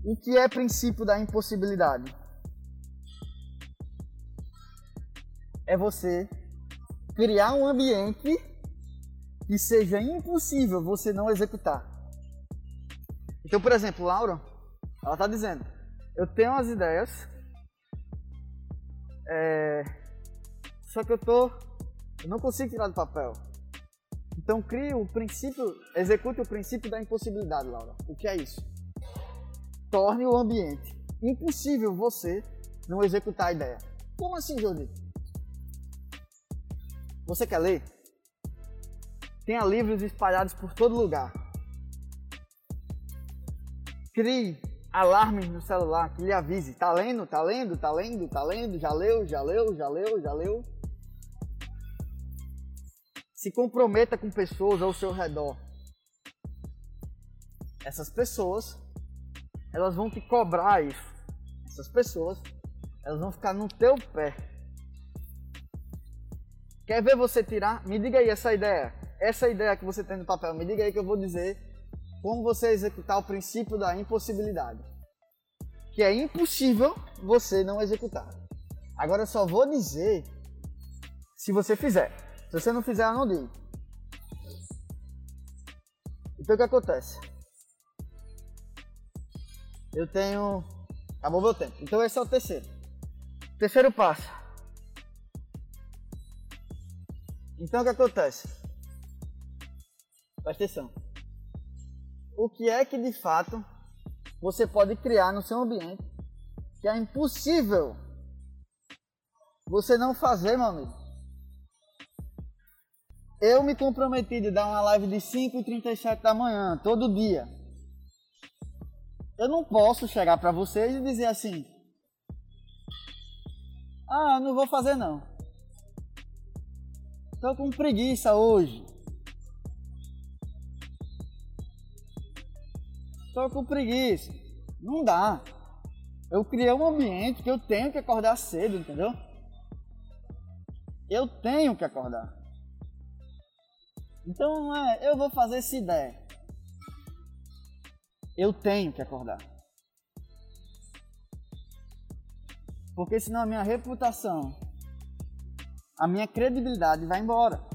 O que é princípio da impossibilidade? É você criar um ambiente que seja impossível você não executar. Então, por exemplo, Laura, ela está dizendo, eu tenho umas ideias, só que eu não consigo tirar do papel. Então, execute o princípio da impossibilidade, Laura. O que é isso? Torne o ambiente impossível você não executar a ideia. Como assim, Jordi? Você quer ler? Tenha livros espalhados por todo lugar. Crie alarmes no celular que lhe avise. Tá lendo? Tá lendo? Tá lendo? Tá lendo? Já leu? Já leu? Já leu? Já leu? Se comprometa com pessoas ao seu redor. Essas pessoas, elas vão te cobrar isso. Essas pessoas, elas vão ficar no teu pé. Quer ver você tirar? Me diga aí essa ideia que você tem no papel. Me diga aí que eu vou dizer como você executar o princípio da impossibilidade. Que é impossível você não executar. Agora eu só vou dizer se você fizer. Se você não fizer, eu não digo. Então o que acontece? Acabou meu tempo. Então esse é o terceiro. Terceiro passo. Então o que acontece? Presta atenção. O que é que de fato você pode criar no seu ambiente que é impossível você não fazer, meu amigo? Eu me comprometi de dar uma live de 5h37 da manhã, todo dia. Eu não posso chegar para vocês e dizer assim, eu não vou fazer não. Estou com preguiça hoje. Estou com preguiça. Não dá. Eu criei um ambiente que eu tenho que acordar cedo, entendeu? Eu tenho que acordar. Então não é, eu vou fazer essa ideia. Eu tenho que acordar. Porque senão a minha reputação, a minha credibilidade vai embora.